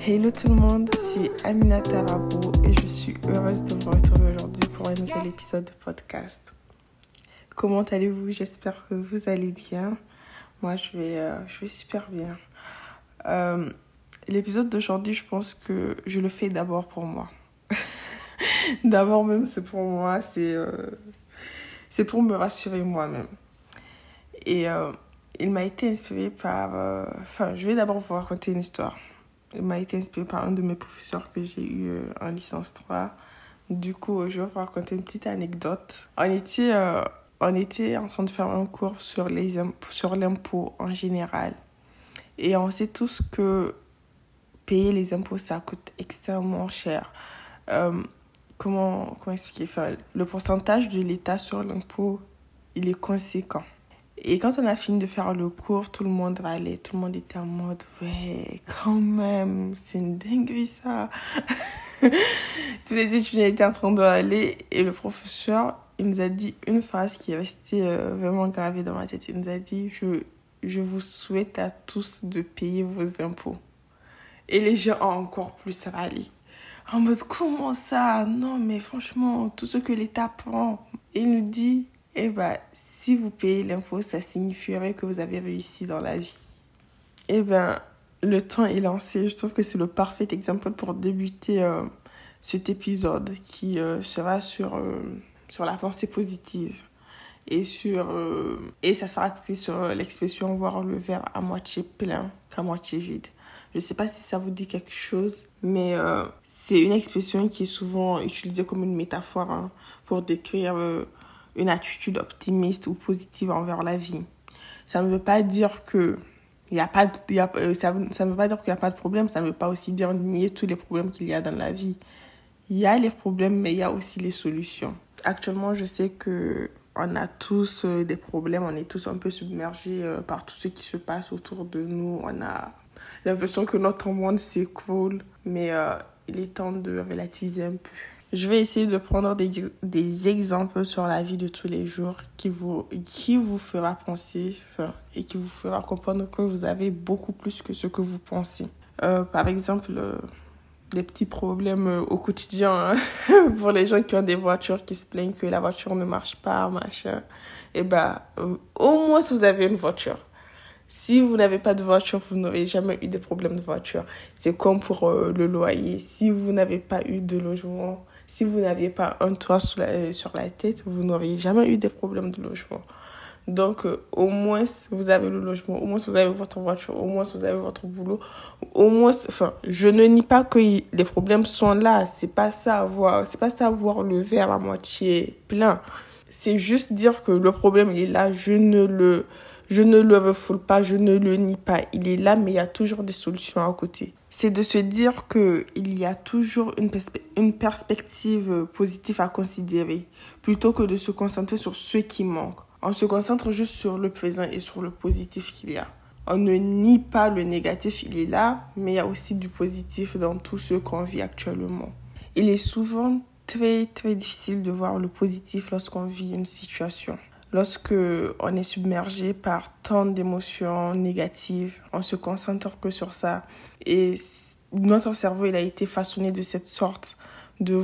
Hello tout le monde, c'est Amina Tarabo et je suis heureuse de vous retrouver aujourd'hui pour un nouvel épisode de podcast. Comment allez-vous? J'espère que vous allez bien. Moi, je vais super bien. L'épisode d'aujourd'hui, je pense que je le fais d'abord pour moi. D'abord même, c'est pour moi, c'est pour me rassurer moi-même. Et il m'a été inspiré par... je vais d'abord vous raconter une histoire. Il m'a été inspiré par un de mes professeurs que j'ai eu en licence 3. Du coup, je vais vous raconter une petite anecdote. On était en train de faire un cours sur l'impôt en général. Et on sait tous que payer les impôts, ça coûte extrêmement cher. Comment expliquer? Le pourcentage de l'État sur l'impôt, il est conséquent. Et quand on a fini de faire le cours, tout le monde râlait. Tout le monde était en mode, ouais, quand même, c'est une dinguerie ça. Tous les étudiants étaient en train de râler. Et le professeur, il nous a dit une phrase qui est restée vraiment gravée dans ma tête. Il nous a dit, je vous souhaite à tous de payer vos impôts. Et les gens ont encore plus râlé. En mode, comment ça? Non, mais franchement, tout ce que l'État prend. Et il nous dit, si vous payez l'impôt, ça signifierait que vous avez réussi dans la vie. Le temps est lancé. Je trouve que c'est le parfait exemple pour débuter cet épisode qui sera sur la pensée positive. Et ça sera axé sur l'expression voir le verre à moitié plein qu'à moitié vide. Je ne sais pas si ça vous dit quelque chose, mais c'est une expression qui est souvent utilisée comme une métaphore pour décrire une attitude optimiste ou positive envers la vie. Ça ne veut pas dire que ça ne veut pas dire qu'il n'y a pas de problème, ça ne veut pas aussi dire nier tous les problèmes qu'il y a dans la vie. Il y a les problèmes, mais il y a aussi les solutions. Actuellement, je sais que on a tous des problèmes, on est tous un peu submergés par tout ce qui se passe autour de nous. On a l'impression que notre monde s'écroule, mais il est temps de relativiser un peu. Je vais essayer de prendre des exemples sur la vie de tous les jours qui vous fera penser et qui vous fera comprendre que vous avez beaucoup plus que ce que vous pensez. Par exemple, des petits problèmes au quotidien pour les gens qui ont des voitures qui se plaignent que la voiture ne marche pas, machin. Au moins si vous avez une voiture. Si vous n'avez pas de voiture, vous n'aurez jamais eu de problème de voiture. C'est comme pour le loyer. Si vous n'avez pas eu de logement, si vous n'aviez pas un toit sur la tête, vous n'auriez jamais eu de problème de logement. Donc, au moins, vous avez le logement, au moins, vous avez votre voiture, au moins, vous avez votre boulot. Au moins, je ne nie pas que les problèmes sont là. C'est pas ça voir le verre à moitié plein. C'est juste dire que le problème, il est là. Je ne le refoule pas, je ne le nie pas. Il est là, mais il y a toujours des solutions à côté. C'est de se dire qu'il y a toujours une perspective positive à considérer, plutôt que de se concentrer sur ce qui manque. On se concentre juste sur le présent et sur le positif qu'il y a. On ne nie pas le négatif, il est là, mais il y a aussi du positif dans tout ce qu'on vit actuellement. Il est souvent très, très difficile de voir le positif lorsqu'on vit une situation. Lorsque on est submergé par tant d'émotions négatives, on se concentre que sur ça. Et notre cerveau, il a été façonné de cette sorte de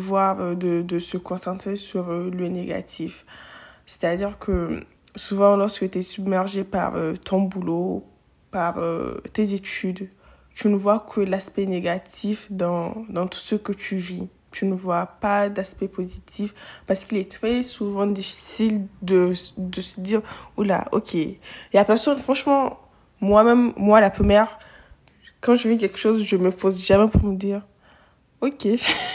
se concentrer sur le négatif. C'est-à-dire que souvent, lorsque tu es submergé par ton boulot, par tes études, tu ne vois que l'aspect négatif dans tout ce que tu vis. Tu ne vois pas d'aspect positif parce qu'il est très souvent difficile de se dire « Oula, ok. » Il y a personne, franchement, moi, la première, quand je vis quelque chose, je me pose jamais pour me dire « Ok,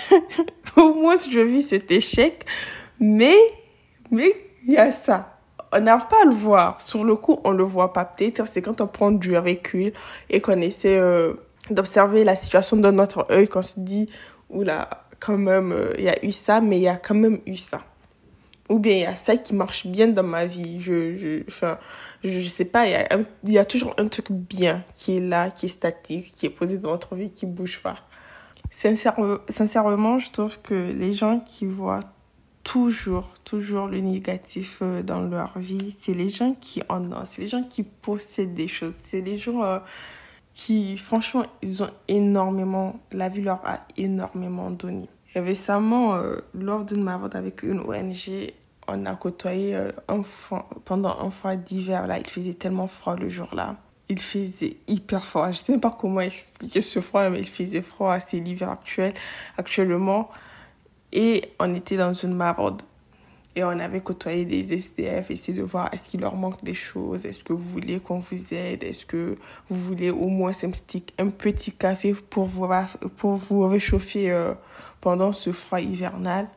au moins je vis cet échec, mais il y a ça. » On n'arrive pas à le voir. Sur le coup, on ne le voit pas. Peut-être c'est quand on prend du recul et qu'on essaie d'observer la situation de notre œil, qu'on se dit « Oula, quand même, il y a eu ça, mais il y a quand même eu ça. » Ou bien, il y a ça qui marche bien dans ma vie. Je sais pas, il y a toujours un truc bien qui est là, qui est statique, qui est posé dans notre vie, qui bouge pas. Sincèrement, je trouve que les gens qui voient toujours le négatif dans leur vie, c'est les gens qui en ont, c'est les gens qui possèdent des choses, c'est les gens qui, franchement, la vie leur a énormément donné. Et récemment, lors d'une maraude avec une ONG, on a côtoyé pendant un froid d'hiver. Là, il faisait tellement froid le jour-là. Il faisait hyper froid. Je ne sais même pas comment expliquer ce froid, mais il faisait froid. C'est l'hiver actuellement. Et on était dans une maraude. Et on avait côtoyé des SDF, essayer de voir est-ce qu'il leur manque des choses, est-ce que vous voulez qu'on vous aide, est-ce que vous voulez au moins un petit café pour vous réchauffer pendant ce froid hivernal.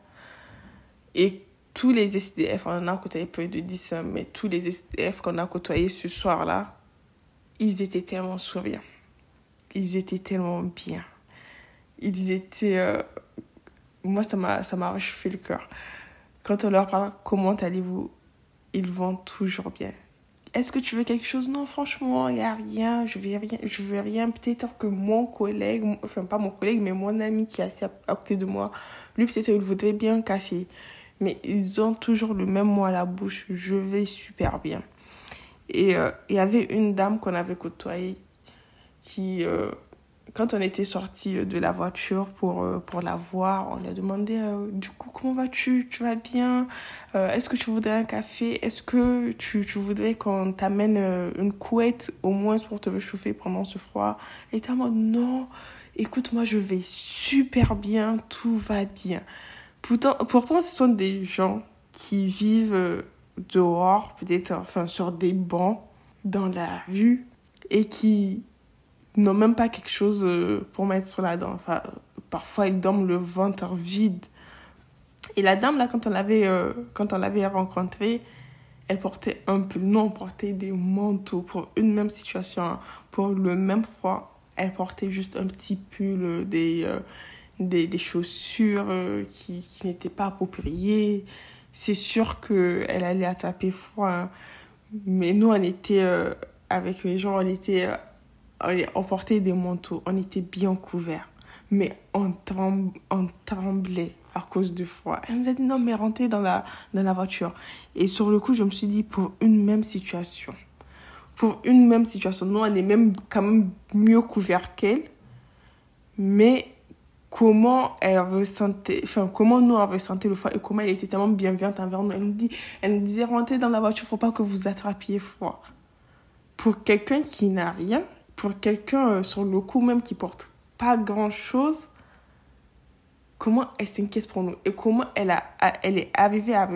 Et tous les SDF, on en a côtoyé peu de 10, mais tous les SDF qu'on a côtoyés ce soir-là, ils étaient tellement souriants. Ils étaient tellement bien. Ils étaient... moi, ça m'a réchauffé le cœur. Quand on leur parle, comment allez-vous? Ils vont toujours bien. Est-ce que tu veux quelque chose? Non, franchement, il n'y a rien. Je veux rien. Peut-être que mon collègue, enfin pas mon collègue, mais mon ami qui est assis à côté de moi, lui, peut-être il voudrait bien un café. Mais ils ont toujours le même mot à la bouche. Je vais super bien. Et il y avait une dame qu'on avait côtoyée qui... quand on était sortis de la voiture pour la voir, on lui a demandé du coup, comment vas-tu? Tu vas bien? Est-ce que tu voudrais un café? Est-ce que tu voudrais qu'on t'amène une couette au moins pour te réchauffer pendant ce froid? Et elle était en mode non, écoute, moi je vais super bien, tout va bien. Pourtant, ce sont des gens qui vivent dehors, peut-être enfin, sur des bancs, dans la rue, et qui n'ont même pas quelque chose pour mettre sur la dent. Enfin, parfois, ils dorment le ventre vide. Et la dame, là, quand on l'avait rencontrée, elle portait un pull. Nous, on portait des manteaux pour une même situation. Hein. Pour le même froid, elle portait juste un petit pull, des chaussures qui n'étaient pas appropriées. C'est sûr qu'elle allait attraper froid. Hein. Mais nous, on était avec les gens, on portait des manteaux, on était bien couverts. Mais on tremblait à cause du froid. Elle nous a dit non, mais rentrez dans la voiture. Et sur le coup, je me suis dit, pour une même situation, nous, on est même quand même mieux couverts qu'elle. Mais comment nous on ressentait le froid et comment elle était tellement bienveillante envers nous. Elle nous disait, rentrez dans la voiture, faut pas que vous attrapiez froid. Pour quelqu'un qui n'a rien, pour quelqu'un sur le coup même qui porte pas grand-chose, comment elle s'inquiète pour nous et comment elle est arrivée à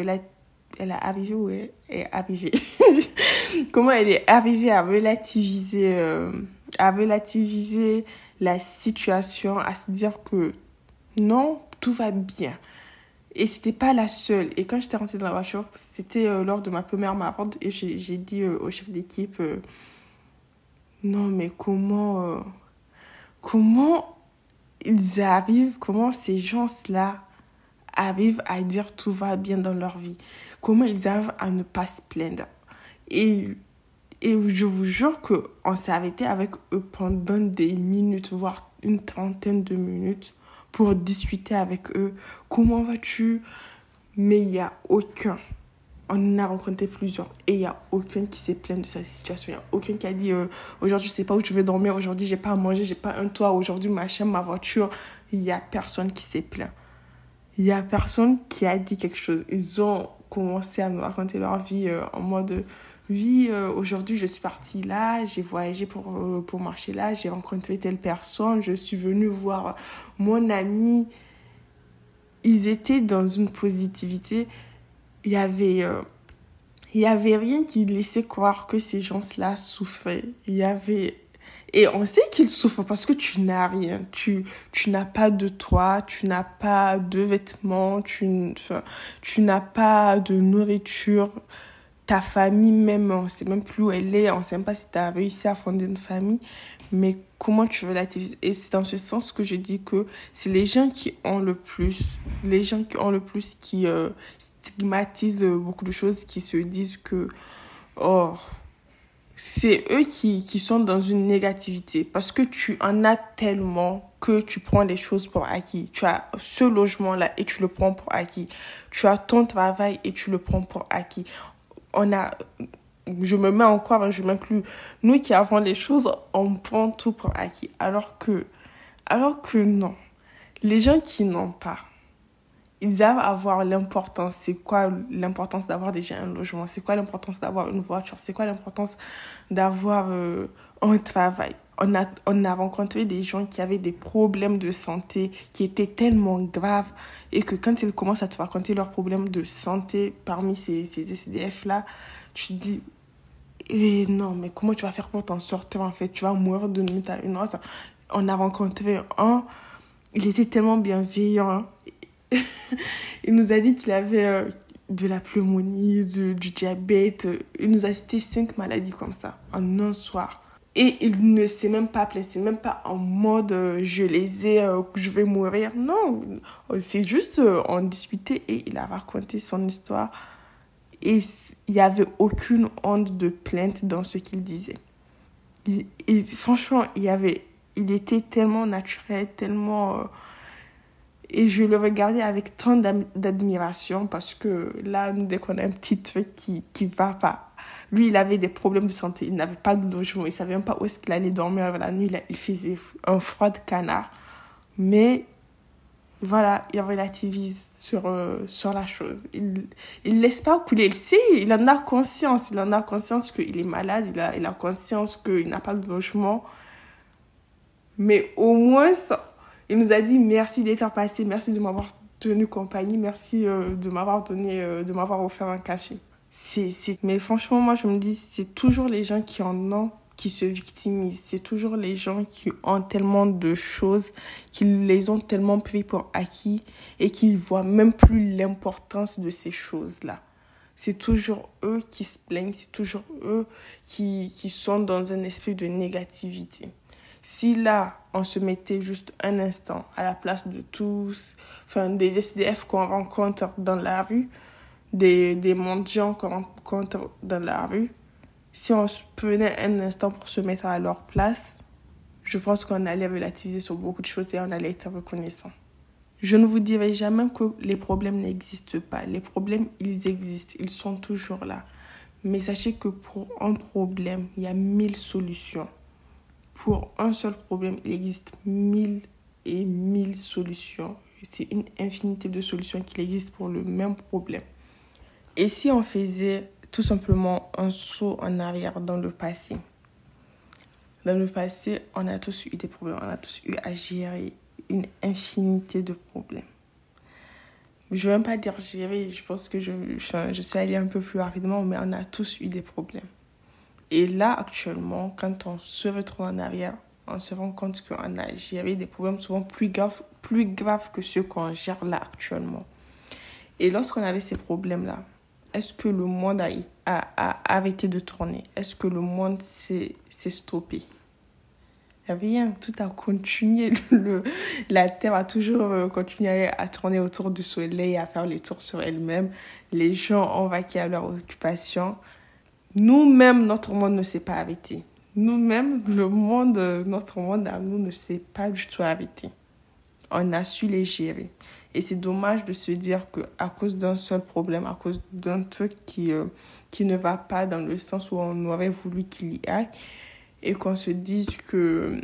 comment elle est arrivée à relativiser la situation, à se dire que non, tout va bien. Et c'était pas la seule. Et quand j'étais rentrée dans la voiture, c'était lors de ma première maraude et j'ai dit au chef d'équipe non mais comment comment ces gens-là arrivent à dire tout va bien dans leur vie? Comment ils arrivent à ne pas se plaindre? Et je vous jure qu'on s'est arrêté avec eux pendant des minutes, voire une trentaine de minutes pour discuter avec eux. Comment vas-tu? Mais il n'y a aucun. On en a rencontré plusieurs et il n'y a aucun qui s'est plaint de sa situation. Il n'y a aucun qui a dit aujourd'hui, je ne sais pas où je vais dormir. Aujourd'hui, je n'ai pas à manger, je n'ai pas un toit. Aujourd'hui, ma voiture. Il n'y a personne qui s'est plaint. Il n'y a personne qui a dit quelque chose. Ils ont commencé à nous raconter leur vie en mode oui, aujourd'hui, je suis partie là, j'ai voyagé pour marcher là, j'ai rencontré telle personne, je suis venue voir mon ami. Ils étaient dans une positivité. Il y avait rien qui laissait croire que ces gens-là souffraient. Et on sait qu'ils souffrent parce que tu n'as rien. Tu n'as pas de toit, tu n'as pas de vêtements, tu n'as pas de nourriture. Ta famille même, on ne sait même plus où elle est, on ne sait même pas si tu as réussi à fonder une famille. Mais comment tu relativises? Et c'est dans ce sens que je dis que c'est les gens qui ont le plus, qui stigmatisent beaucoup de choses, qui se disent que oh, c'est eux qui sont dans une négativité parce que tu en as tellement que tu prends les choses pour acquis. Tu as ce logement-là et tu le prends pour acquis. Tu as ton travail et tu le prends pour acquis. je me mets encore, hein, je m'inclus. Nous qui avons les choses, on prend tout pour acquis. Alors que non. Les gens qui n'ont pas, ils doivent avoir l'importance. C'est quoi l'importance d'avoir déjà un logement? C'est quoi l'importance d'avoir une voiture? C'est quoi l'importance d'avoir un travail? On a rencontré des gens qui avaient des problèmes de santé qui étaient tellement graves et que quand ils commencent à te raconter leurs problèmes de santé parmi ces SDF-là, tu te dis, eh non, mais comment tu vas faire pour t'en sortir en fait? Tu vas mourir d'une minute à une autre. On a rencontré un, il était tellement bienveillant, hein. Il nous a dit qu'il avait de la pneumonie, du diabète. Il nous a cité 5 maladies comme ça en un soir. Et il ne s'est même pas plaint. C'est même pas en mode je les ai, je vais mourir. Non, c'est juste on discutait et il a raconté son histoire. Et il n'y avait aucune onde de plainte dans ce qu'il disait. Et franchement, il était tellement naturel, tellement... Et je le regardais avec tant d'admiration parce que là, dès qu'on a un petit truc qui va pas. Lui, il avait des problèmes de santé. Il n'avait pas de logement. Il ne savait même pas où est-ce qu'il allait dormir la nuit. Il faisait un froid de canard. Mais voilà, il relativise sur la chose. Il ne laisse pas couler. Il sait, il en a conscience. Il en a conscience qu'il est malade. Il a conscience qu'il n'a pas de logement. Mais au moins... Il nous a dit merci d'être passé, merci de m'avoir tenu compagnie, merci de m'avoir offert un café. Mais franchement, moi, je me dis, c'est toujours les gens qui en ont qui se victimisent. C'est toujours les gens qui ont tellement de choses, qui les ont tellement pris pour acquis et qui ne voient même plus l'importance de ces choses-là. C'est toujours eux qui se plaignent, c'est toujours eux qui sont dans un esprit de négativité. Si là, on se mettait juste un instant à la place de tous, des SDF qu'on rencontre dans la rue, des mendiants qu'on rencontre dans la rue, si on se prenait un instant pour se mettre à leur place, je pense qu'on allait relativiser sur beaucoup de choses et on allait être reconnaissant. Je ne vous dirai jamais que les problèmes n'existent pas. Les problèmes, ils existent, ils sont toujours là. Mais sachez que pour un problème, il y a 1000 solutions. Pour un seul problème, il existe 1000 et 1000 solutions. C'est une infinité de solutions qui existent pour le même problème. Et si on faisait tout simplement un saut en arrière dans le passé? Dans le passé, on a tous eu des problèmes. On a tous eu à gérer une infinité de problèmes. Je ne veux même pas dire gérer. Je pense que je suis allée un peu plus rapidement, mais on a tous eu des problèmes. Et là, actuellement, quand on se retrouve en arrière, on se rend compte qu'on a géré des problèmes souvent plus graves que ceux qu'on gère là actuellement. Et lorsqu'on avait ces problèmes-là, est-ce que le monde a arrêté de tourner? Est-ce que le monde s'est stoppé? Rien, tout a continué. La Terre a toujours continué à tourner autour du soleil, à faire les tours sur elle-même. Les gens ont vaqué à leur occupation. Nous-mêmes, notre monde ne s'est pas arrêté. Nous-mêmes, notre monde à nous ne s'est pas du tout arrêté. On a su les gérer. Et c'est dommage de se dire qu'à cause d'un seul problème, à cause d'un truc qui ne va pas dans le sens où on aurait voulu qu'il y aille, et qu'on se dise que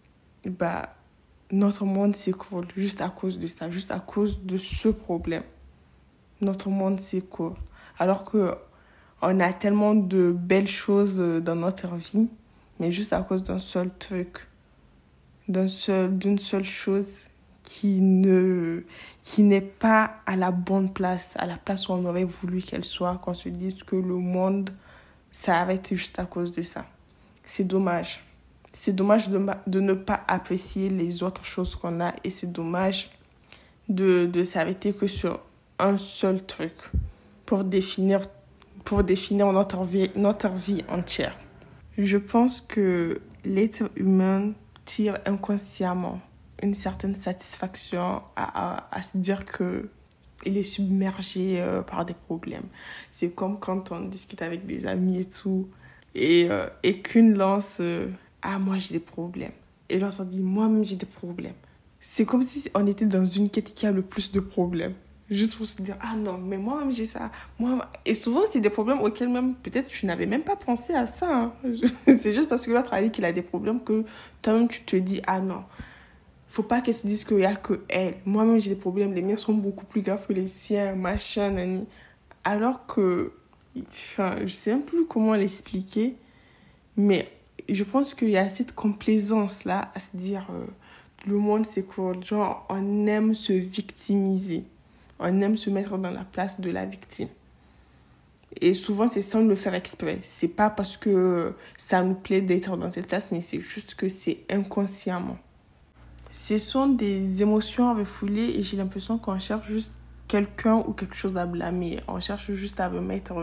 notre monde s'écroule juste à cause de ça, juste à cause de ce problème. Notre monde s'écroule. Alors qu'on a tellement de belles choses dans notre vie, mais juste à cause d'un seul truc, d'une seule chose qui n'est pas à la bonne place, à la place où on aurait voulu qu'elle soit, qu'on se dise que le monde s'arrête juste à cause de ça. C'est dommage. C'est dommage de ne pas apprécier les autres choses qu'on a et c'est dommage de s'arrêter que sur un seul truc pour définir notre vie entière. Je pense que l'être humain tire inconsciemment une certaine satisfaction à se dire qu'il est submergé par des problèmes. C'est comme quand on discute avec des amis et tout, et qu'une lance ah, moi j'ai des problèmes. Et l'autre dit moi-même j'ai des problèmes. C'est comme si on était dans une quête qui a le plus de problèmes. Juste pour se dire, ah non, mais moi-même j'ai ça. Et souvent, c'est des problèmes auxquels même, peut-être, tu n'avais même pas pensé à ça. Hein. C'est juste parce que l'autre a dit qu'il a des problèmes que toi-même, tu te dis, ah non, faut pas qu'elle se dise qu'il n'y a que elle. Moi-même, j'ai des problèmes, les miens sont beaucoup plus graves que les siens, machin, nani. Alors que, enfin, je sais même plus comment l'expliquer, mais je pense qu'il y a cette complaisance-là à se dire, le monde s'écroule. Genre, on aime se victimiser. On aime se mettre dans la place de la victime. Et souvent, c'est sans le faire exprès. C'est pas parce que ça nous plaît d'être dans cette place, mais c'est juste que c'est inconsciemment. Ce sont des émotions refoulées et j'ai l'impression qu'on cherche juste quelqu'un ou quelque chose à blâmer. On cherche juste à remettre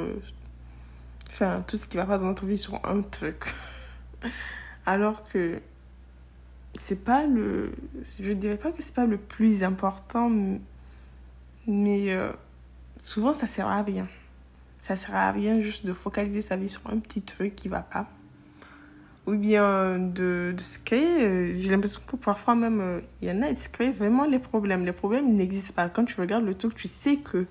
tout ce qui va pas dans notre vie sur un truc. Alors que c'est pas le... Je dirais pas que c'est pas le plus important, mais souvent ça sert à rien. Ça sert à rien juste de focaliser sa vie sur un petit truc qui va pas. Ou bien de se créer, j'ai l'impression que parfois même, il y en a, ils se créent vraiment les problèmes. Les problèmes, ils n'existent pas. Quand tu regardes le truc, tu sais que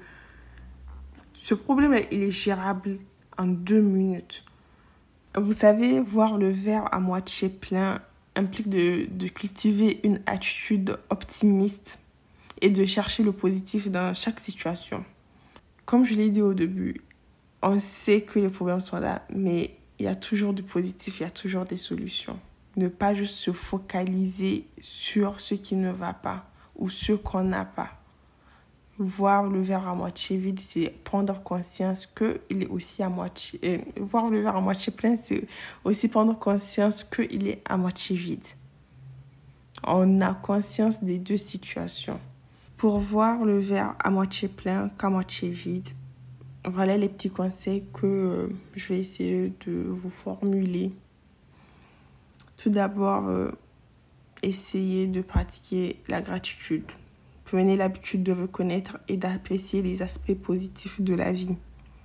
ce problème, il est gérable en 2 minutes. Vous savez, voir le verre à moitié plein implique de cultiver une attitude optimiste et de chercher le positif dans chaque situation. Comme je l'ai dit au début, on sait que les problèmes sont là, mais il y a toujours du positif, il y a toujours des solutions. Ne pas juste se focaliser sur ce qui ne va pas ou ce qu'on n'a pas. Voir le verre à moitié vide, c'est prendre conscience qu'il est aussi à moitié... voir le verre à moitié plein, c'est aussi prendre conscience qu'il est à moitié vide. On a conscience des deux situations. Pour voir le verre à moitié plein qu'à moitié vide, voilà les petits conseils que je vais essayer de vous formuler. Tout d'abord, essayez de pratiquer la gratitude. Prenez l'habitude de reconnaître et d'apprécier les aspects positifs de la vie.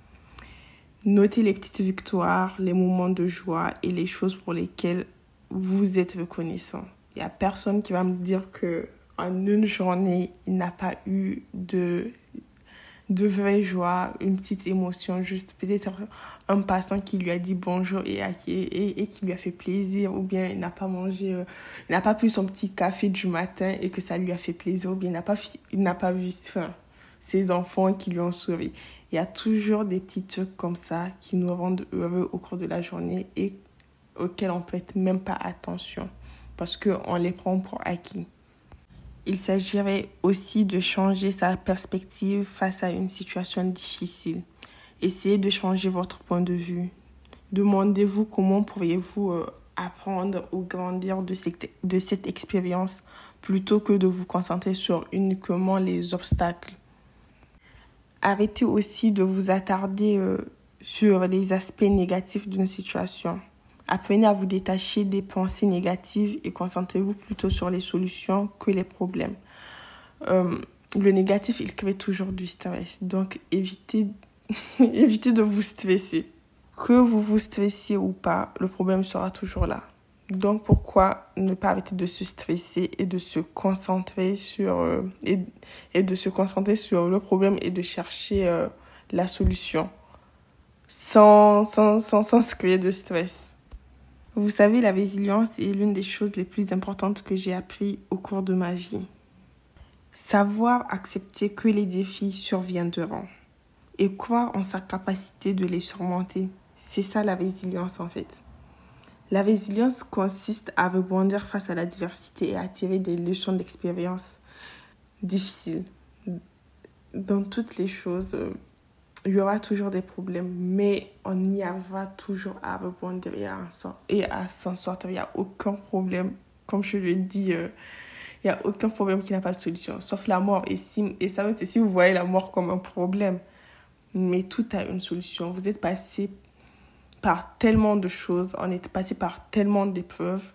Notez les petites victoires, les moments de joie et les choses pour lesquelles vous êtes reconnaissant. Il n'y a personne qui va me dire qu'en une journée, il n'a pas eu de vraie joie, une petite émotion, juste peut-être un passant qui lui a dit bonjour et qui lui a fait plaisir, ou bien il n'a pas mangé, il n'a pas pris son petit café du matin et que ça lui a fait plaisir, ou bien il n'a pas vu ses enfants qui lui ont souri. Il y a toujours des petits trucs comme ça qui nous rendent heureux au cours de la journée et auxquels on ne prête même pas attention parce qu'on les prend pour acquis. Il s'agirait aussi de changer sa perspective face à une situation difficile. Essayez de changer votre point de vue. Demandez-vous comment pourriez-vous apprendre ou grandir de cette expérience plutôt que de vous concentrer sur uniquement les obstacles. Arrêtez aussi de vous attarder sur les aspects négatifs d'une situation. Apprenez à vous détacher des pensées négatives et concentrez-vous plutôt sur les solutions que les problèmes. Le négatif, il crée toujours du stress. Donc, évitez de vous stresser. Que vous vous stressiez ou pas, le problème sera toujours là. Donc, pourquoi ne pas arrêter de se stresser et de se concentrer sur, de se concentrer sur le problème et de chercher la solution sans se créer de stress. Vous savez, la résilience est l'une des choses les plus importantes que j'ai appris au cours de ma vie. Savoir accepter que les défis surviendront et croire en sa capacité de les surmonter, c'est ça la résilience en fait. La résilience consiste à rebondir face à l'adversité et à tirer des leçons d'expérience difficiles. Dans toutes les choses, il y aura toujours des problèmes, mais on y va toujours à rebondir et à s'en sortir. Il n'y a aucun problème, comme je le dis, il n'y a aucun problème qui n'a pas de solution, sauf la mort. Et ça, c'est si vous voyez la mort comme un problème. Mais tout a une solution. Vous êtes passé par tellement de choses, on est passé par tellement d'épreuves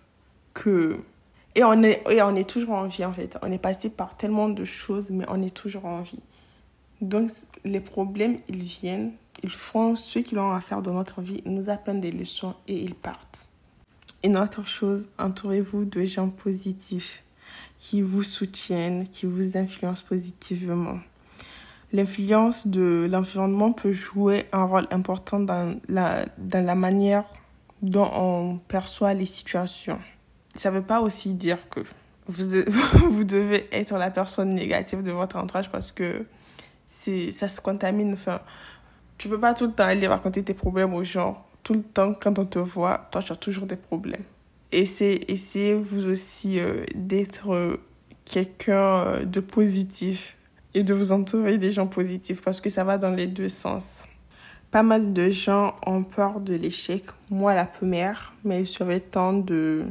et on est toujours en vie en fait. On est passé par tellement de choses, mais on est toujours en vie. Donc, les problèmes, ils viennent, ils font ce qu'ils ont à faire dans notre vie, ils nous apprennent des leçons et ils partent. Une autre chose, entourez-vous de gens positifs qui vous soutiennent, qui vous influencent positivement. L'influence de l'environnement peut jouer un rôle important dans la manière dont on perçoit les situations. Ça ne veut pas aussi dire que vous devez être la personne négative de votre entourage parce que ça se contamine. Enfin, tu ne peux pas tout le temps aller raconter tes problèmes aux gens. Tout le temps, quand on te voit, toi, tu as toujours des problèmes. Essayez vous aussi d'être quelqu'un de positif et de vous entourer des gens positifs parce que ça va dans les deux sens. Pas mal de gens ont peur de l'échec, moi la première, mais il serait temps de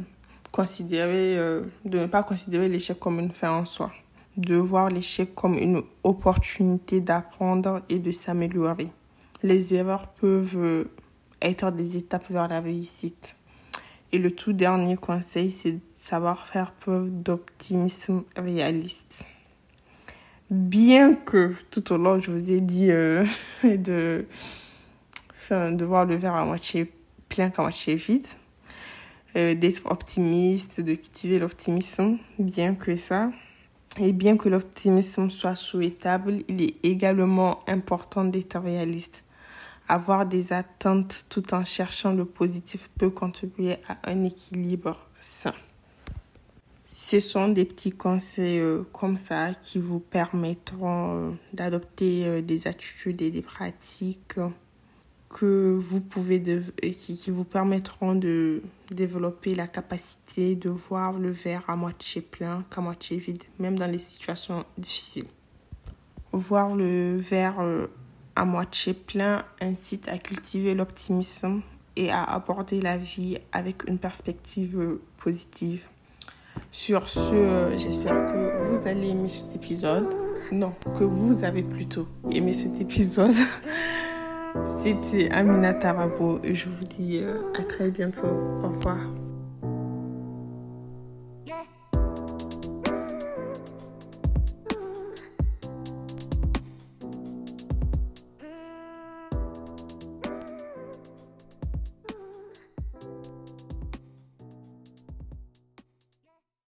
ne pas considérer l'échec comme une fin en soi, de voir l'échec comme une opportunité d'apprendre et de s'améliorer. Les erreurs peuvent être des étapes vers la réussite. Et le tout dernier conseil, c'est de savoir faire preuve d'optimisme réaliste. Bien que tout au long, je vous ai dit de voir le verre à moitié plein qu'à moitié vide, d'être optimiste, de cultiver l'optimisme, bien que ça. Et bien que l'optimisme soit souhaitable, il est également important d'être réaliste. Avoir des attentes tout en cherchant le positif peut contribuer à un équilibre sain. Ce sont des petits conseils comme ça qui vous permettront d'adopter des attitudes et des pratiques qui vous permettront de développer la capacité de voir le verre à moitié plein qu'à moitié vide, même dans les situations difficiles. Voir le verre à moitié plein incite à cultiver l'optimisme et à aborder la vie avec une perspective positive. Sur ce, j'espère que vous allez aimer cet épisode. Non, que vous avez plutôt aimé cet épisode. C'était Amina Tarabo et je vous dis à très bientôt. Au revoir.